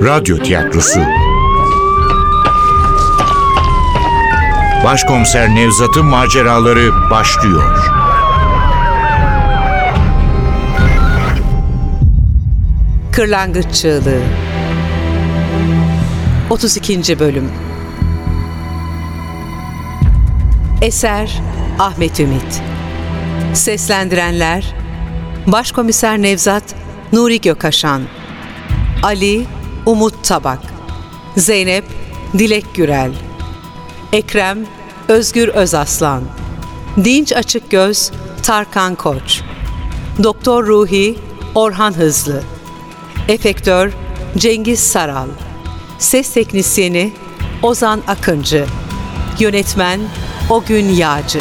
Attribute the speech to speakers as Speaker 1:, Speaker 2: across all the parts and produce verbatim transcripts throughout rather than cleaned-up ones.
Speaker 1: Radyo tiyatrosu. Başkomiser Nevzat'ın maceraları başlıyor.
Speaker 2: Kırlangıç Çığlığı otuz ikinci Bölüm. Eser Ahmet Ümit. Seslendirenler: Başkomiser Nevzat Nuri Gökaşan, Ali Umut Tabak, Zeynep Dilek Gürel, Ekrem Özgür Özaslan, Dinç Açıkgöz Tarkan Koç, Doktor Ruhi Orhan Hızlı, Efektör Cengiz Saral, Ses Teknisyeni Ozan Akıncı, Yönetmen Ogün Yağcı.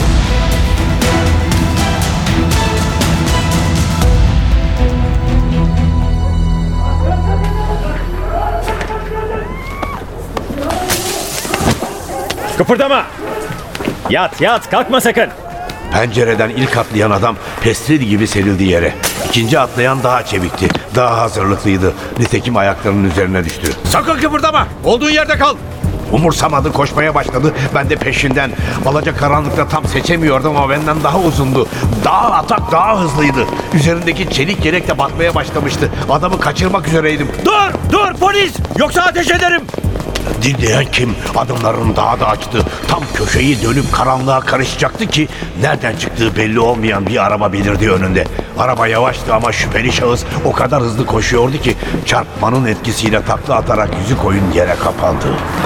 Speaker 3: Kıpırdama! Yat yat, kalkma sakın!
Speaker 4: Pencereden ilk atlayan adam pestil gibi serildi yere. İkinci atlayan daha çevikti, daha hazırlıklıydı. Nitekim ayaklarının üzerine düştü.
Speaker 5: Sakın kıpırdama! Olduğun yerde kal!
Speaker 4: Umursamadı, koşmaya başladı. Ben de peşinden. Alacakaranlıkta tam seçemiyordum ama benden daha uzundu. Daha atak, daha hızlıydı. Üzerindeki çelik yelek de batmaya başlamıştı. Adamı kaçırmak üzereydim.
Speaker 5: Dur! Dur polis! Yoksa ateş ederim!
Speaker 4: Dinleyen kim? Adımlarını daha da açtı. Tam köşeyi dönüp karanlığa karışacaktı ki nereden çıktığı belli olmayan bir araba belirdi önünde. Araba yavaştı ama şüpheli şahıs o kadar hızlı koşuyordu ki çarpmanın etkisiyle takla atarak yüzü koyun yere kapandı.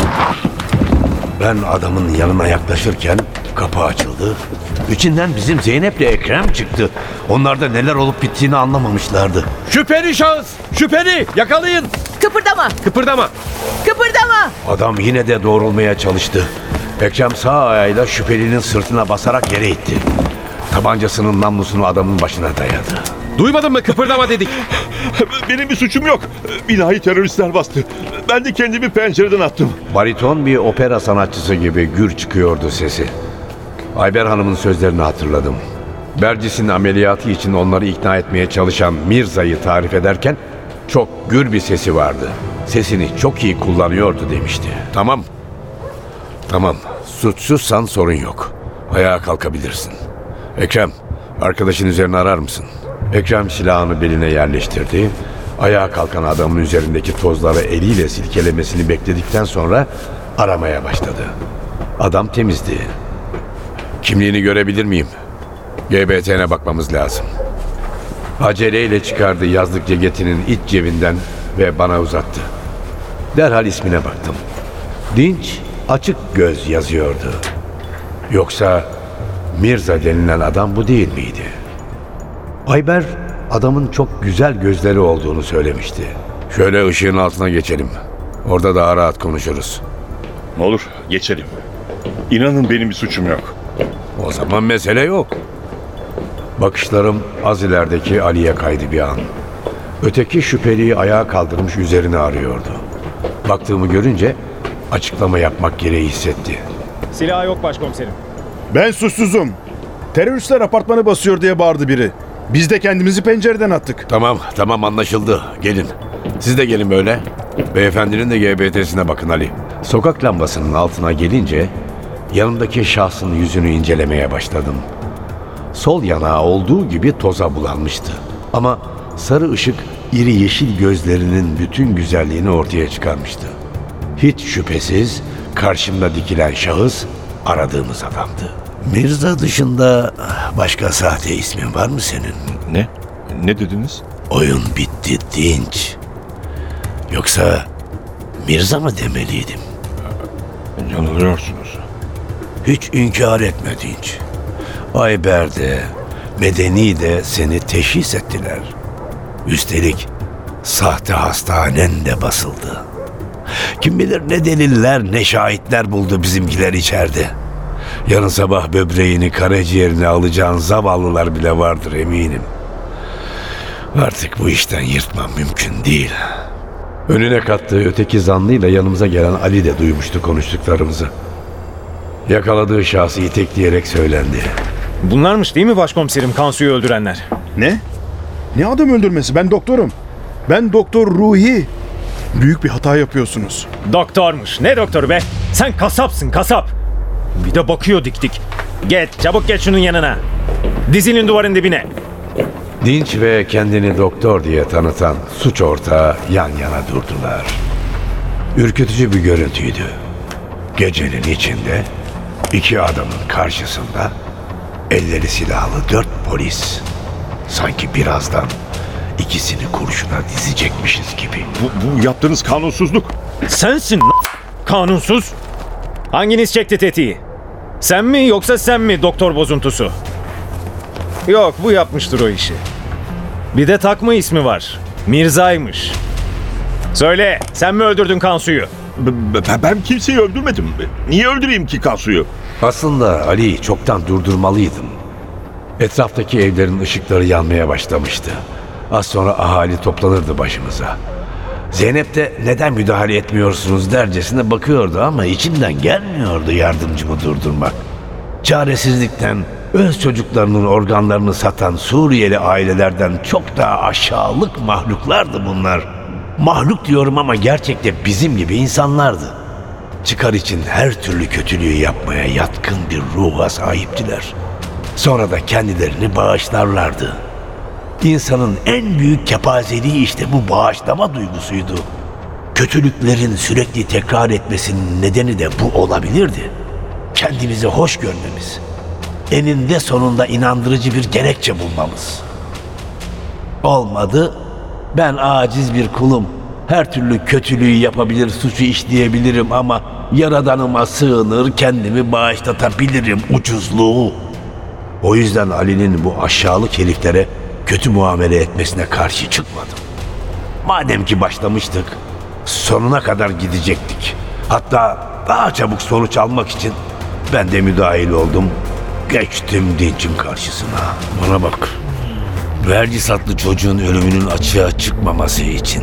Speaker 4: Ben adamın yanına yaklaşırken kapı açıldı. İçinden bizim Zeynep'le Ekrem çıktı. Onlar da neler olup bittiğini anlamamışlardı.
Speaker 5: Şüpheli şahıs! Şüpheli! Yakalayın!
Speaker 6: Kıpırdama!
Speaker 5: Kıpırdama!
Speaker 6: Kıpırdama!
Speaker 4: Adam yine de doğrulmaya çalıştı. Ekrem sağ ayağıyla şüphelinin sırtına basarak yere itti. Tabancasının namlusunu adamın başına dayadı.
Speaker 5: Duymadın mı? Kıpırdama dedik.
Speaker 7: Benim bir suçum yok. Binayı teröristler bastı. Ben de kendimi pencereden attım.
Speaker 4: Bariton bir opera sanatçısı gibi gür çıkıyordu sesi. Ayber Hanım'ın sözlerini hatırladım. Bercis'in ameliyatı için onları ikna etmeye çalışan Mirza'yı tarif ederken çok gür bir sesi vardı. Sesini çok iyi kullanıyordu demişti. Tamam. Tamam. Suçsuzsan sorun yok. Ayağa kalkabilirsin. Ekrem, arkadaşın üzerine arar mısın? Ekrem silahını beline yerleştirdi. Ayağa kalkan adamın üzerindeki tozları eliyle silkelemesini bekledikten sonra aramaya başladı. Adam temizdi. Kimliğini görebilir miyim? G B T'ne bakmamız lazım. Aceleyle çıkardı yazlık ceketinin iç cebinden ve bana uzattı. Derhal ismine baktım. Dinç Açık Göz yazıyordu. Yoksa Mirza denilen adam bu değil miydi? Ayber adamın çok güzel gözleri olduğunu söylemişti. Şöyle ışığın altına geçelim. Orada daha rahat konuşuruz.
Speaker 7: Olur, geçelim. İnanın benim bir suçum yok.
Speaker 4: O zaman mesele yok. Bakışlarım az ilerideki Ali'ye kaydı bir an. Öteki şüpheliyi ayağa kaldırmış üzerine arıyordu. Baktığımı görünce açıklama yapmak gereği hissetti.
Speaker 3: Silah yok başkomiserim.
Speaker 8: Ben suçsuzum. Teröristler apartmanı basıyor diye bağırdı biri. Biz de kendimizi pencereden attık.
Speaker 4: Tamam, tamam anlaşıldı. Gelin. Siz de gelin böyle. Beyefendinin de G B T'sine bakın Ali. Sokak lambasının altına gelince yanımdaki şahsın yüzünü incelemeye başladım. Sol yanağı olduğu gibi toza bulanmıştı. Ama sarı ışık iri yeşil gözlerinin bütün güzelliğini ortaya çıkarmıştı. Hiç şüphesiz karşımda dikilen şahıs aradığımız adamdı. Mirza dışında başka sahte ismin var mı senin?
Speaker 7: Ne? Ne dediniz?
Speaker 4: Oyun bitti Dinç. Yoksa Mirza mı demeliydim?
Speaker 7: Yanılıyorsunuz.
Speaker 4: Hiç inkar etme Dinç. Ayber de, Medeni de seni teşhis ettiler. Üstelik sahte hastanen de basıldı. Kim bilir ne deliller ne şahitler buldu bizimkiler içeride. Yarın sabah böbreğini karaciğerini alacağın zavallılar bile vardır eminim. Artık bu işten yırtmam mümkün değil. Önüne kattığı öteki zanlıyla yanımıza gelen Ali de duymuştu konuştuklarımızı. Yakaladığı şahsı itekleyerek söylendi.
Speaker 3: Bunlarmış değil mi başkomiserim Kansu'yu öldürenler?
Speaker 8: Ne? Ne adam öldürmesi? Ben doktorum. Ben Doktor Ruhi. Büyük bir hata yapıyorsunuz.
Speaker 3: Doktormuş. Ne doktoru be? Sen kasapsın kasap. Bir de bakıyor dik dik. Geç çabuk geç şunun yanına. Dizinin duvarın dibine.
Speaker 4: Dinç ve kendini doktor diye tanıtan suç ortağı yan yana durdular. Ürkütücü bir görüntüydü. Gecenin içinde iki adamın karşısında elleri silahlı dört polis. Sanki birazdan ikisini kurşuna dizecekmişiz gibi.
Speaker 7: Bu, bu yaptığınız kanunsuzluk.
Speaker 3: Sensin lan. Kanunsuz. Hanginiz çekti tetiği? Sen mi yoksa sen mi doktor bozuntusu? Yok bu yapmıştır o işi. Bir de takma ismi var. Mirza'ymış. Söyle sen mi öldürdün Kansu'yu?
Speaker 7: B- b- ben kimseyi öldürmedim. Niye öldüreyim ki Kansu'yu?
Speaker 4: Aslında Ali'yi çoktan durdurmalıydım. Etraftaki evlerin ışıkları yanmaya başlamıştı. Az sonra ahali toplanırdı başımıza. Zeynep de neden müdahale etmiyorsunuz dercesine bakıyordu ama içinden gelmiyordu yardımcımı durdurmak. Çaresizlikten öz çocuklarının organlarını satan Suriyeli ailelerden çok daha aşağılık mahluklardı bunlar. Mahluk diyorum ama gerçekte bizim gibi insanlardı. Çıkar için her türlü kötülüğü yapmaya yatkın bir ruha sahiptiler. Sonra da kendilerini bağışlarlardı. İnsanın en büyük kepazeliği işte bu bağışlama duygusuydu. Kötülüklerin sürekli tekrar etmesinin nedeni de bu olabilirdi. Kendimizi hoş görmemiz, eninde sonunda inandırıcı bir gerekçe bulmamız. Olmadı, ben aciz bir kulum. Her türlü kötülüğü yapabilir, suçu işleyebilirim ama Yaradanıma sığınır, kendimi bağışlatabilirim ucuzluğu. O yüzden Ali'nin bu aşağılık heriflere kötü muamele etmesine karşı çıkmadım. Madem ki başlamıştık, sonuna kadar gidecektik. Hatta daha çabuk sonuç almak için ben de müdahil oldum. Geçtim Dinç'in karşısına. Bana bak, vergi satlı çocuğun ölümünün açığa çıkmaması için.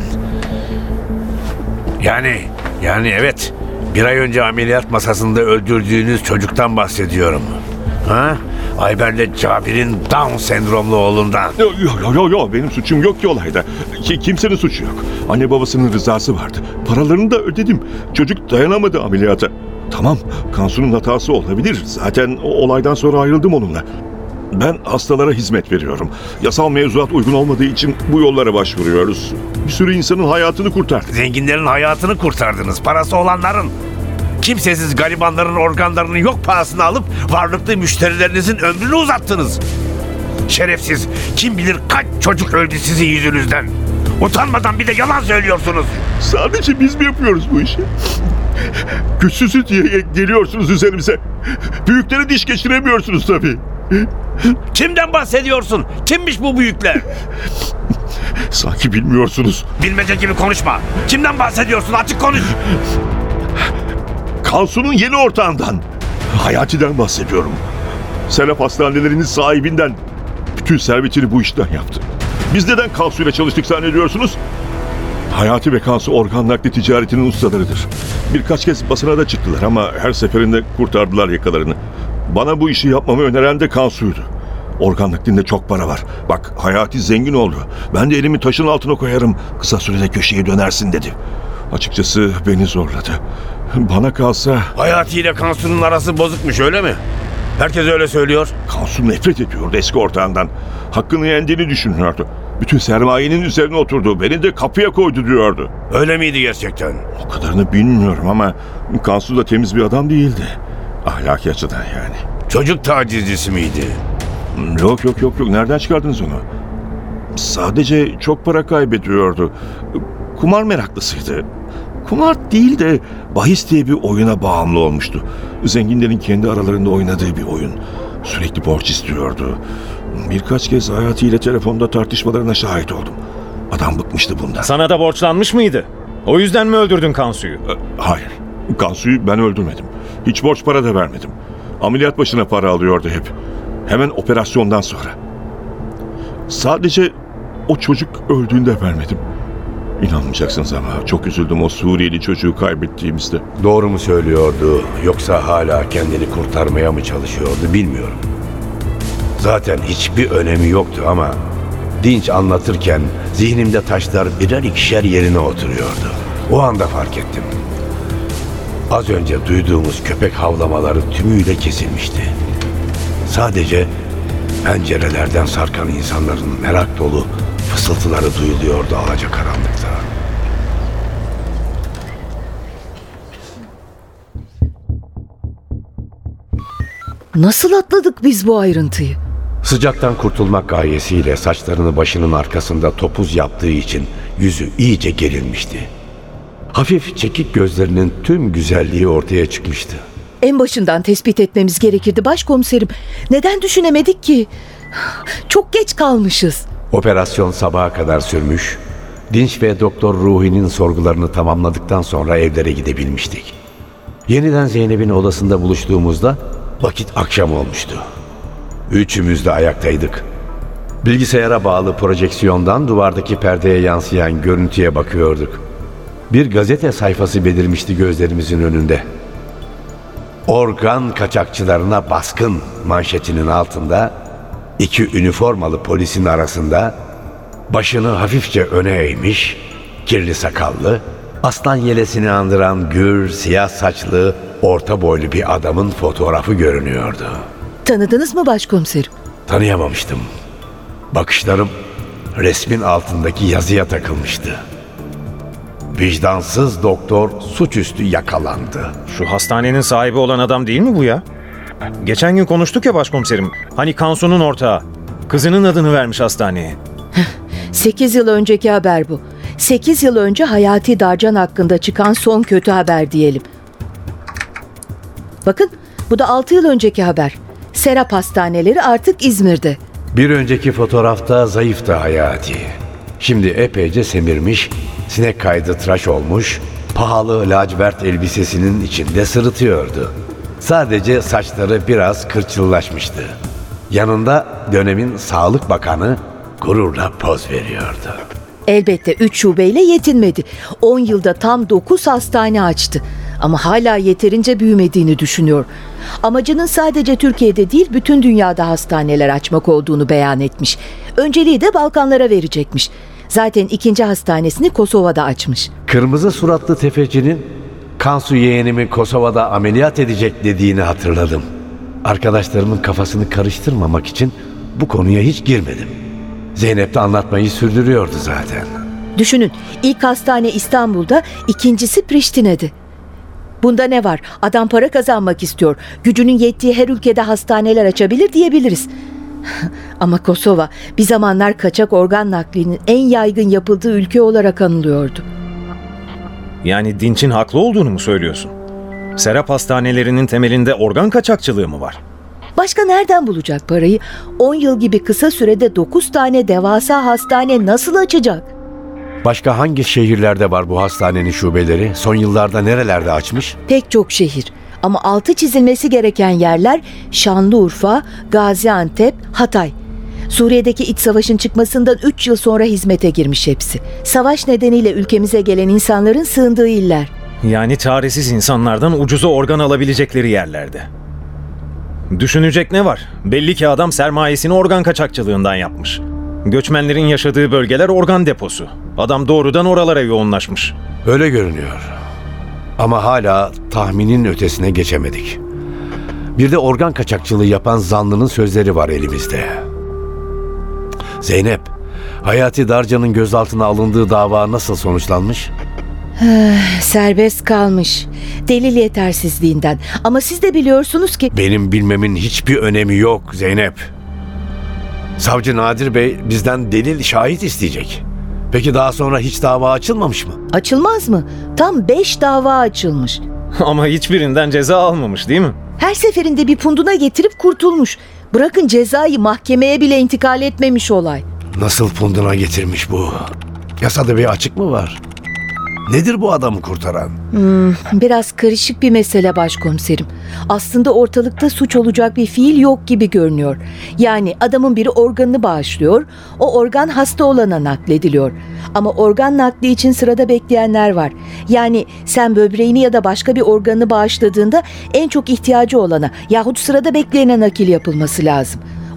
Speaker 4: Yani, yani evet, bir ay önce ameliyat masasında öldürdüğünüz çocuktan bahsediyorum. Ha? Ayber'le Cabir'in Down sendromlu oğlundan.
Speaker 7: Yok yok yok yo, benim suçum yok ki olayda. Ki, kimsenin suçu yok. Anne babasının rızası vardı. Paralarını da ödedim. Çocuk dayanamadı ameliyata. Tamam, Kansu'nun hatası olabilir. Zaten o olaydan sonra ayrıldım onunla. Ben hastalara hizmet veriyorum. Yasal mevzuat uygun olmadığı için bu yollara başvuruyoruz. Bir sürü insanın hayatını kurtardık.
Speaker 4: Zenginlerin hayatını kurtardınız, parası olanların. Kimsesiz garibanların organlarını yok pahasına alıp varlıklı müşterilerinizin ömrünü uzattınız. Şerefsiz, kim bilir kaç çocuk öldü sizin yüzünüzden. Utanmadan bir de yalan söylüyorsunuz.
Speaker 7: Sadece biz mi yapıyoruz bu işi? Güçsüzü diye geliyorsunuz üzerimize. Büyüklere diş geçiremiyorsunuz tabii.
Speaker 4: Kimden bahsediyorsun? Kimmiş bu büyükler?
Speaker 7: Sanki bilmiyorsunuz.
Speaker 4: Bilmece gibi konuşma. Kimden bahsediyorsun? Açık konuş.
Speaker 7: Kansu'nun yeni ortağından. Hayati'den bahsediyorum. Serap hastanelerinin sahibinden. Bütün servetini bu işten yaptı. Biz neden Kansu ile çalıştık zannediyorsunuz? Hayati ve Kansu organ nakli ticaretinin ustalarıdır. Birkaç kez basına da çıktılar ama her seferinde kurtardılar yakalarını. Bana bu işi yapmamı öneren de Kansu'ydu. Organ naklinde çok para var. Bak Hayati zengin oldu. Ben de elimi taşın altına koyarım. Kısa sürede köşeye dönersin dedi. Açıkçası beni zorladı. Bana kalsa...
Speaker 4: Hayati ile Kansu'nun arası bozukmuş, öyle mi? Herkes öyle söylüyor.
Speaker 7: Kansu nefret ediyordu eski ortağından. Hakkını yendiğini düşünüyordu. Bütün sermayenin üzerine oturdu. Beni de kapıya koydu diyordu.
Speaker 4: Öyle miydi gerçekten?
Speaker 7: O kadarını bilmiyorum ama Kansu da temiz bir adam değildi. Ahlaki açıdan yani.
Speaker 4: Çocuk tacizcisi miydi?
Speaker 7: Yok yok yok yok. Nereden çıkardınız onu? Sadece çok para kaybediyordu. Kumar meraklısıydı. Kumar değil de bahis diye bir oyuna bağımlı olmuştu. Zenginlerin kendi aralarında oynadığı bir oyun. Sürekli borç istiyordu. Birkaç kez Hayati ile telefonda tartışmalarına şahit oldum. Adam bıkmıştı bundan.
Speaker 3: Sana da borçlanmış mıydı? O yüzden mi öldürdün Kansu'yu?
Speaker 7: Hayır. Kansu'yu ben öldürmedim. Hiç borç para da vermedim. Ameliyat başına para alıyordu hep. Hemen operasyondan sonra. Sadece o çocuk öldüğünde vermedim. İnanmayacaksınız ama çok üzüldüm o Suriyeli çocuğu kaybettiğimizde.
Speaker 4: Doğru mu söylüyordu yoksa hala kendini kurtarmaya mı çalışıyordu bilmiyorum. Zaten hiçbir önemi yoktu ama Dinç anlatırken zihnimde taşlar birer ikişer yerine oturuyordu. O anda fark ettim. Az önce duyduğumuz köpek havlamaları tümüyle kesilmişti. Sadece pencerelerden sarkan insanların merak dolu fısıltıları duyuluyordu alacakaranlıkta.
Speaker 6: Nasıl atladık biz bu ayrıntıyı?
Speaker 4: Sıcaktan kurtulmak gayesiyle saçlarını başının arkasında topuz yaptığı için yüzü iyice gerilmişti. Hafif çekik gözlerinin tüm güzelliği ortaya çıkmıştı.
Speaker 6: En başından tespit etmemiz gerekirdi başkomiserim. Neden düşünemedik ki? Çok geç kalmışız.
Speaker 4: Operasyon sabaha kadar sürmüş, Dinç ve Doktor Ruhi'nin sorgularını tamamladıktan sonra evlere gidebilmiştik. Yeniden Zeynep'in odasında buluştuğumuzda vakit akşam olmuştu. Üçümüz de ayaktaydık. Bilgisayara bağlı projeksiyondan duvardaki perdeye yansıyan görüntüye bakıyorduk. Bir gazete sayfası belirmişti gözlerimizin önünde. Organ kaçakçılarına baskın manşetinin altında iki üniformalı polisin arasında başını hafifçe öne eğmiş, kirli sakallı, aslan yelesini andıran gür, siyah saçlı, orta boylu bir adamın fotoğrafı görünüyordu.
Speaker 6: Tanıdınız mı başkomiserim?
Speaker 4: Tanıyamamıştım. Bakışlarım resmin altındaki yazıya takılmıştı. Vicdansız doktor suçüstü yakalandı.
Speaker 3: Şu hastanenin sahibi olan adam değil mi bu ya? Geçen gün konuştuk ya başkomiserim. Hani Kansu'nun ortağı. Kızının adını vermiş hastaneye.
Speaker 6: Sekiz yıl önceki haber bu. Sekiz yıl önce Hayati Darcan hakkında çıkan son kötü haber diyelim. Bakın, bu da altı yıl önceki haber. Serap hastaneleri artık İzmir'de.
Speaker 4: Bir önceki fotoğrafta zayıftı Hayati. Şimdi epeyce semirmiş, sinek kaydı tıraş olmuş, pahalı lacivert elbisesinin içinde sırıtıyordu. Sadece saçları biraz kırçıllaşmıştı. Yanında dönemin Sağlık Bakanı gururla poz veriyordu.
Speaker 6: Elbette üç şubeyle yetinmedi. On yılda tam dokuz hastane açtı. Ama hala yeterince büyümediğini düşünüyor. Amacının sadece Türkiye'de değil bütün dünyada hastaneler açmak olduğunu beyan etmiş. Önceliği de Balkanlara verecekmiş. Zaten ikinci hastanesini Kosova'da açmış.
Speaker 4: Kırmızı suratlı tefecinin Kansu yeğenimi Kosova'da ameliyat edecek dediğini hatırladım. Arkadaşlarımın kafasını karıştırmamak için bu konuya hiç girmedim. Zeynep de anlatmayı sürdürüyordu zaten.
Speaker 6: Düşünün, ilk hastane İstanbul'da, ikincisi Priştine'de. Bunda ne var? Adam para kazanmak istiyor. Gücünün yettiği her ülkede hastaneler açabilir diyebiliriz. Ama Kosova bir zamanlar kaçak organ naklinin en yaygın yapıldığı ülke olarak anılıyordu.
Speaker 3: Yani Dinç'in haklı olduğunu mu söylüyorsun? Serap hastanelerinin temelinde organ kaçakçılığı mı var?
Speaker 6: Başka nereden bulacak parayı? on yıl gibi kısa sürede dokuz tane devasa hastane nasıl açacak?
Speaker 4: Başka hangi şehirlerde var bu hastanenin şubeleri? Son yıllarda nerelerde açmış?
Speaker 6: Pek çok şehir. Ama altı çizilmesi gereken yerler Şanlıurfa, Gaziantep, Hatay. Suriye'deki iç savaşın çıkmasından üç yıl sonra hizmete girmiş hepsi. Savaş nedeniyle ülkemize gelen insanların sığındığı iller.
Speaker 3: Yani çaresiz insanlardan ucuza organ alabilecekleri yerlerde. Düşünecek ne var? Belli ki adam sermayesini organ kaçakçılığından yapmış. Göçmenlerin yaşadığı bölgeler organ deposu. Adam doğrudan oralara yoğunlaşmış.
Speaker 4: Öyle görünüyor. Ama hala tahminin ötesine geçemedik. Bir de organ kaçakçılığı yapan zanlının sözleri var elimizde. Zeynep, Hayati Darcan'ın gözaltına alındığı dava nasıl sonuçlanmış?
Speaker 6: Serbest kalmış. Delil yetersizliğinden. Ama siz de biliyorsunuz ki...
Speaker 4: Benim bilmemin hiçbir önemi yok Zeynep. Savcı Nadir Bey bizden delil, şahit isteyecek. Peki daha sonra hiç dava açılmamış mı?
Speaker 6: Açılmaz mı? Tam beş dava açılmış.
Speaker 3: Ama hiçbirinden ceza almamış değil mi?
Speaker 6: Her seferinde bir punduna getirip kurtulmuş. Bırakın cezayı, mahkemeye bile intikal etmemiş olay.
Speaker 4: Nasıl punduna getirmiş bu? Yasada bir açık mı var? Nedir bu adamı kurtaran?
Speaker 6: Hmm, biraz karışık bir mesele başkomiserim. Aslında ortalıkta suç olacak bir fiil yok gibi görünüyor. Yani adamın biri organını bağışlıyor, o organ hasta olana naklediliyor. Ama organ nakli için sırada bekleyenler var. Yani sen böbreğini ya da başka bir organını bağışladığında en çok ihtiyacı olana yahut sırada bekleyene nakil yapılması lazım.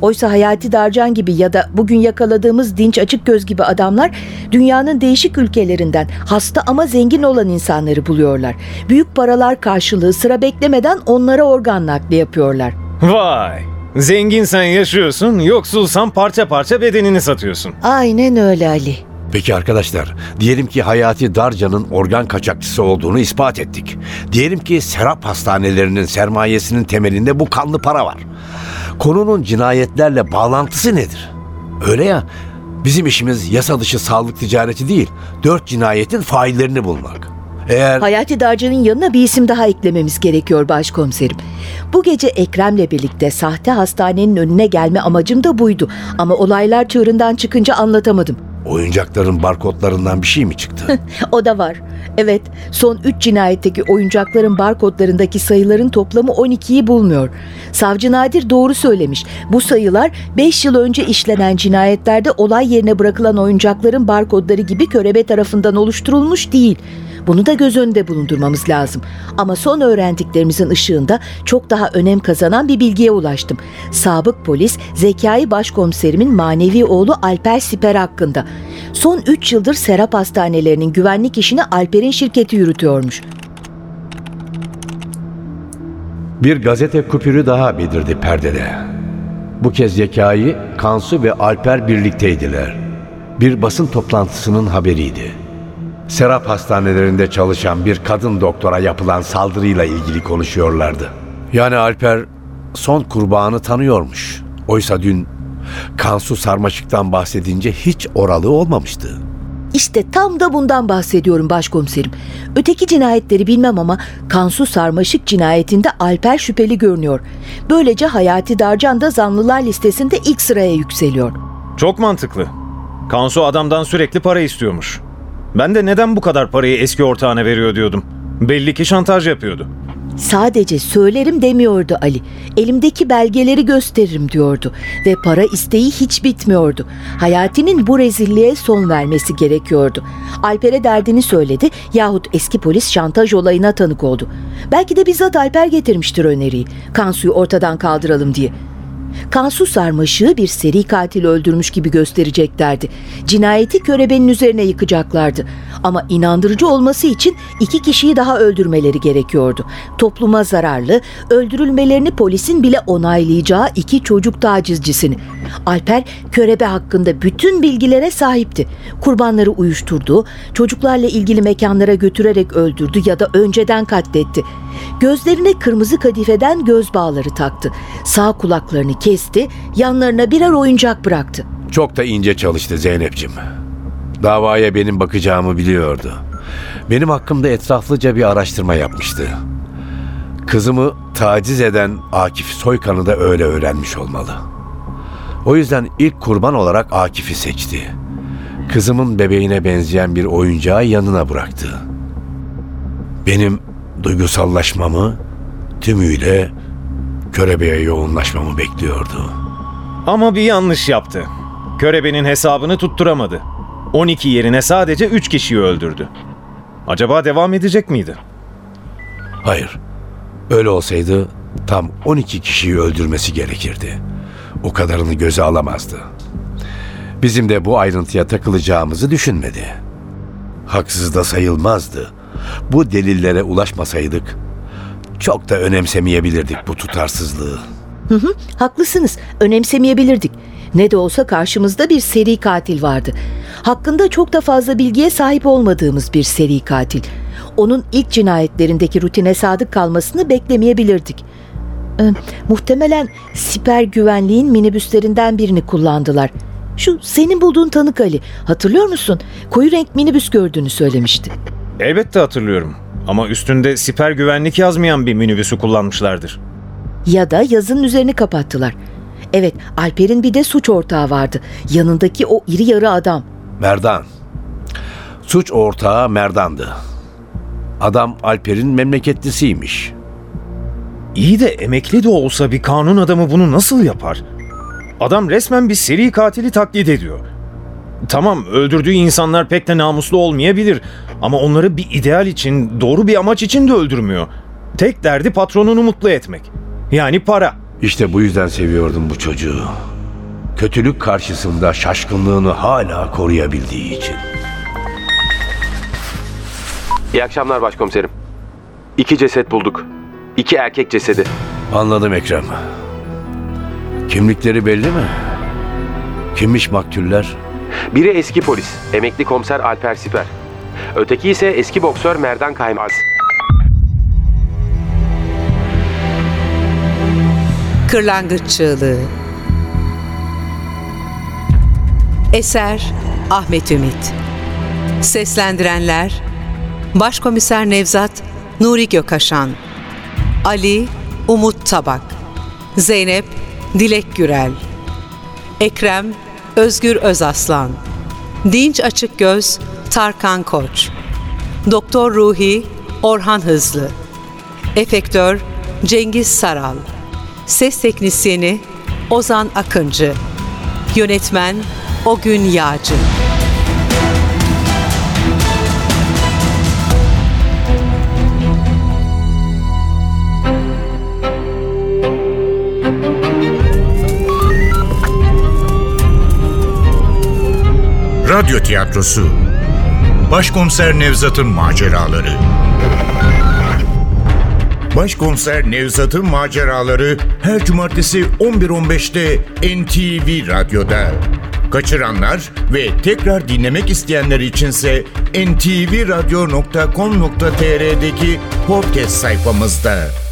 Speaker 6: Oysa Hayati Darcan gibi ya da bugün yakaladığımız Dinç Açıkgöz gibi adamlar dünyanın değişik ülkelerinden hasta ama zengin olan insanları buluyorlar. Büyük paralar karşılığı sıra beklemeden onlara organ nakli yapıyorlar.
Speaker 3: Vay! Zenginsen yaşıyorsun, yoksulsan parça parça bedenini satıyorsun.
Speaker 6: Aynen öyle Ali.
Speaker 4: Peki arkadaşlar, diyelim ki Hayati Darcan'ın organ kaçakçısı olduğunu ispat ettik. Diyelim ki Serap hastanelerinin sermayesinin temelinde bu kanlı para var. Konunun cinayetlerle bağlantısı nedir? Öyle ya, bizim işimiz yasa dışı sağlık ticareti değil, dört cinayetin faillerini bulmak. Eğer...
Speaker 6: Hayati Darcan'ın yanına bir isim daha eklememiz gerekiyor başkomiserim. Bu gece Ekrem'le birlikte sahte hastanenin önüne gelme amacım da buydu. Ama olaylar çığırından çıkınca anlatamadım.
Speaker 4: Oyuncakların barkodlarından bir şey mi çıktı?
Speaker 6: O da var. Evet, son üç cinayetteki oyuncakların barkodlarındaki sayıların toplamı on ikiyi bulmuyor. Savcı Nadir doğru söylemiş. Bu sayılar beş yıl önce işlenen cinayetlerde olay yerine bırakılan oyuncakların barkodları gibi körebe tarafından oluşturulmuş değil. Bunu da göz önünde bulundurmamız lazım. Ama son öğrendiklerimizin ışığında çok daha önem kazanan bir bilgiye ulaştım. Sabık polis Zekai Başkomiserimin manevi oğlu Alper Siper hakkında. Son üç yıldır Serap hastanelerinin güvenlik işini Alper'in şirketi yürütüyormuş.
Speaker 4: Bir gazete kupürü daha belirdi perdede. Bu kez Zekai, Kansu ve Alper birlikteydiler. Bir basın toplantısının haberiydi. Serap hastanelerinde çalışan bir kadın doktora yapılan saldırıyla ilgili konuşuyorlardı. Yani Alper son kurbanı tanıyormuş. Oysa dün Kansu Sarmaşık'tan bahsedince hiç oralı olmamıştı.
Speaker 6: İşte tam da bundan bahsediyorum başkomiserim. Öteki cinayetleri bilmem ama Kansu Sarmaşık cinayetinde Alper şüpheli görünüyor. Böylece Hayati Darcan da zanlılar listesinde ilk sıraya yükseliyor.
Speaker 3: Çok mantıklı. Kansu adamdan sürekli para istiyormuş. Ben de neden bu kadar parayı eski ortağına veriyor diyordum. Belli ki şantaj yapıyordu.
Speaker 6: Sadece söylerim demiyordu Ali. Elimdeki belgeleri gösteririm diyordu. Ve para isteği hiç bitmiyordu. Hayati'nin bu rezilliğe son vermesi gerekiyordu. Alper'e derdini söyledi yahut eski polis şantaj olayına tanık oldu. Belki de bizzat Alper getirmiştir öneriyi. Kansu'yu ortadan kaldıralım diye. Kansu Sarmaşık'ı bir seri katil öldürmüş gibi göstereceklerdi. Cinayeti körebenin üzerine yıkacaklardı. Ama inandırıcı olması için iki kişiyi daha öldürmeleri gerekiyordu. Topluma zararlı, öldürülmelerini polisin bile onaylayacağı iki çocuk tacizcisini. Alper, körebe hakkında bütün bilgilere sahipti. Kurbanları uyuşturdu, çocuklarla ilgili mekanlara götürerek öldürdü ya da önceden katletti. Gözlerine kırmızı kadifeden göz bağları taktı. Sağ kulaklarını kesti, yanlarına birer oyuncak bıraktı.
Speaker 4: Çok da ince çalıştı Zeynep'ciğim. Davaya benim bakacağımı biliyordu. Benim hakkımda etraflıca bir araştırma yapmıştı. Kızımı taciz eden Akif Soykan'ı da öyle öğrenmiş olmalı. O yüzden ilk kurban olarak Akif'i seçti. Kızımın bebeğine benzeyen bir oyuncağı yanına bıraktı. Benim duygusallaşmamı, tümüyle körebeğe yoğunlaşmamı bekliyordu.
Speaker 3: Ama bir yanlış yaptı. Körebenin hesabını tutturamadı. on iki yerine sadece üç kişiyi öldürdü. Acaba devam edecek miydi?
Speaker 4: Hayır. Öyle olsaydı tam on iki kişiyi öldürmesi gerekirdi. O kadarını göze alamazdı. Bizim de bu ayrıntıya takılacağımızı düşünmedi. Haksız da sayılmazdı. Bu delillere ulaşmasaydık çok da önemsemeyebilirdik bu tutarsızlığı.
Speaker 6: Hı hı, haklısınız. Önemsemeyebilirdik. Ne de olsa karşımızda bir seri katil vardı. Hakkında çok da fazla bilgiye sahip olmadığımız bir seri katil. Onun ilk cinayetlerindeki rutine sadık kalmasını beklemeyebilirdik. Ee, muhtemelen siper güvenliğin minibüslerinden birini kullandılar. Şu senin bulduğun tanık Ali, hatırlıyor musun? Koyu renk minibüs gördüğünü söylemişti.
Speaker 3: Elbette hatırlıyorum. Ama üstünde siper güvenlik yazmayan bir minibüsü kullanmışlardır.
Speaker 6: Ya da yazının üzerini kapattılar. Evet, Alper'in bir de suç ortağı vardı. Yanındaki o iri yarı adam.
Speaker 4: Merdan. Suç ortağı Merdan'dı. Adam Alper'in memleketlisiymiş.
Speaker 3: İyi de emekli de olsa bir kanun adamı bunu nasıl yapar? Adam resmen bir seri katili taklit ediyor. Tamam, öldürdüğü insanlar pek de namuslu olmayabilir ama onları bir ideal için, doğru bir amaç için de öldürmüyor. Tek derdi patronunu mutlu etmek. Yani para.
Speaker 4: İşte bu yüzden seviyordum bu çocuğu. Kötülük karşısında şaşkınlığını hala koruyabildiği için.
Speaker 9: İyi akşamlar başkomiserim. İki ceset bulduk. İki erkek cesedi.
Speaker 4: Anladım Ekrem. Kimlikleri belli mi? Kimmiş maktuller?
Speaker 9: Biri eski polis, emekli komiser Alper Siper. Öteki ise eski boksör Merdan Kaymaz.
Speaker 2: Kırlangıç Çığlığı. Eser Ahmet Ümit. Seslendirenler Başkomiser Nevzat Nuri Gökaşan, Ali Umut Tabak, Zeynep Dilek Gürel, Ekrem Özgür Özaslan, Dinç Açıkgöz Tarkan Koç, Doktor Ruhi Orhan Hızlı, Efektör Cengiz Saral, Ses Teknisyeni Ozan Akıncı, Yönetmen Ogün Yağcı.
Speaker 1: Radyo tiyatrosu Başkomiser Nevzat'ın maceraları. Başkomiser Nevzat'ın maceraları her cumartesi on bir on beşte N T V Radyo'da. Kaçıranlar ve tekrar dinlemek isteyenler içinse en ti vi radyo nokta com nokta tr''deki podcast sayfamızda.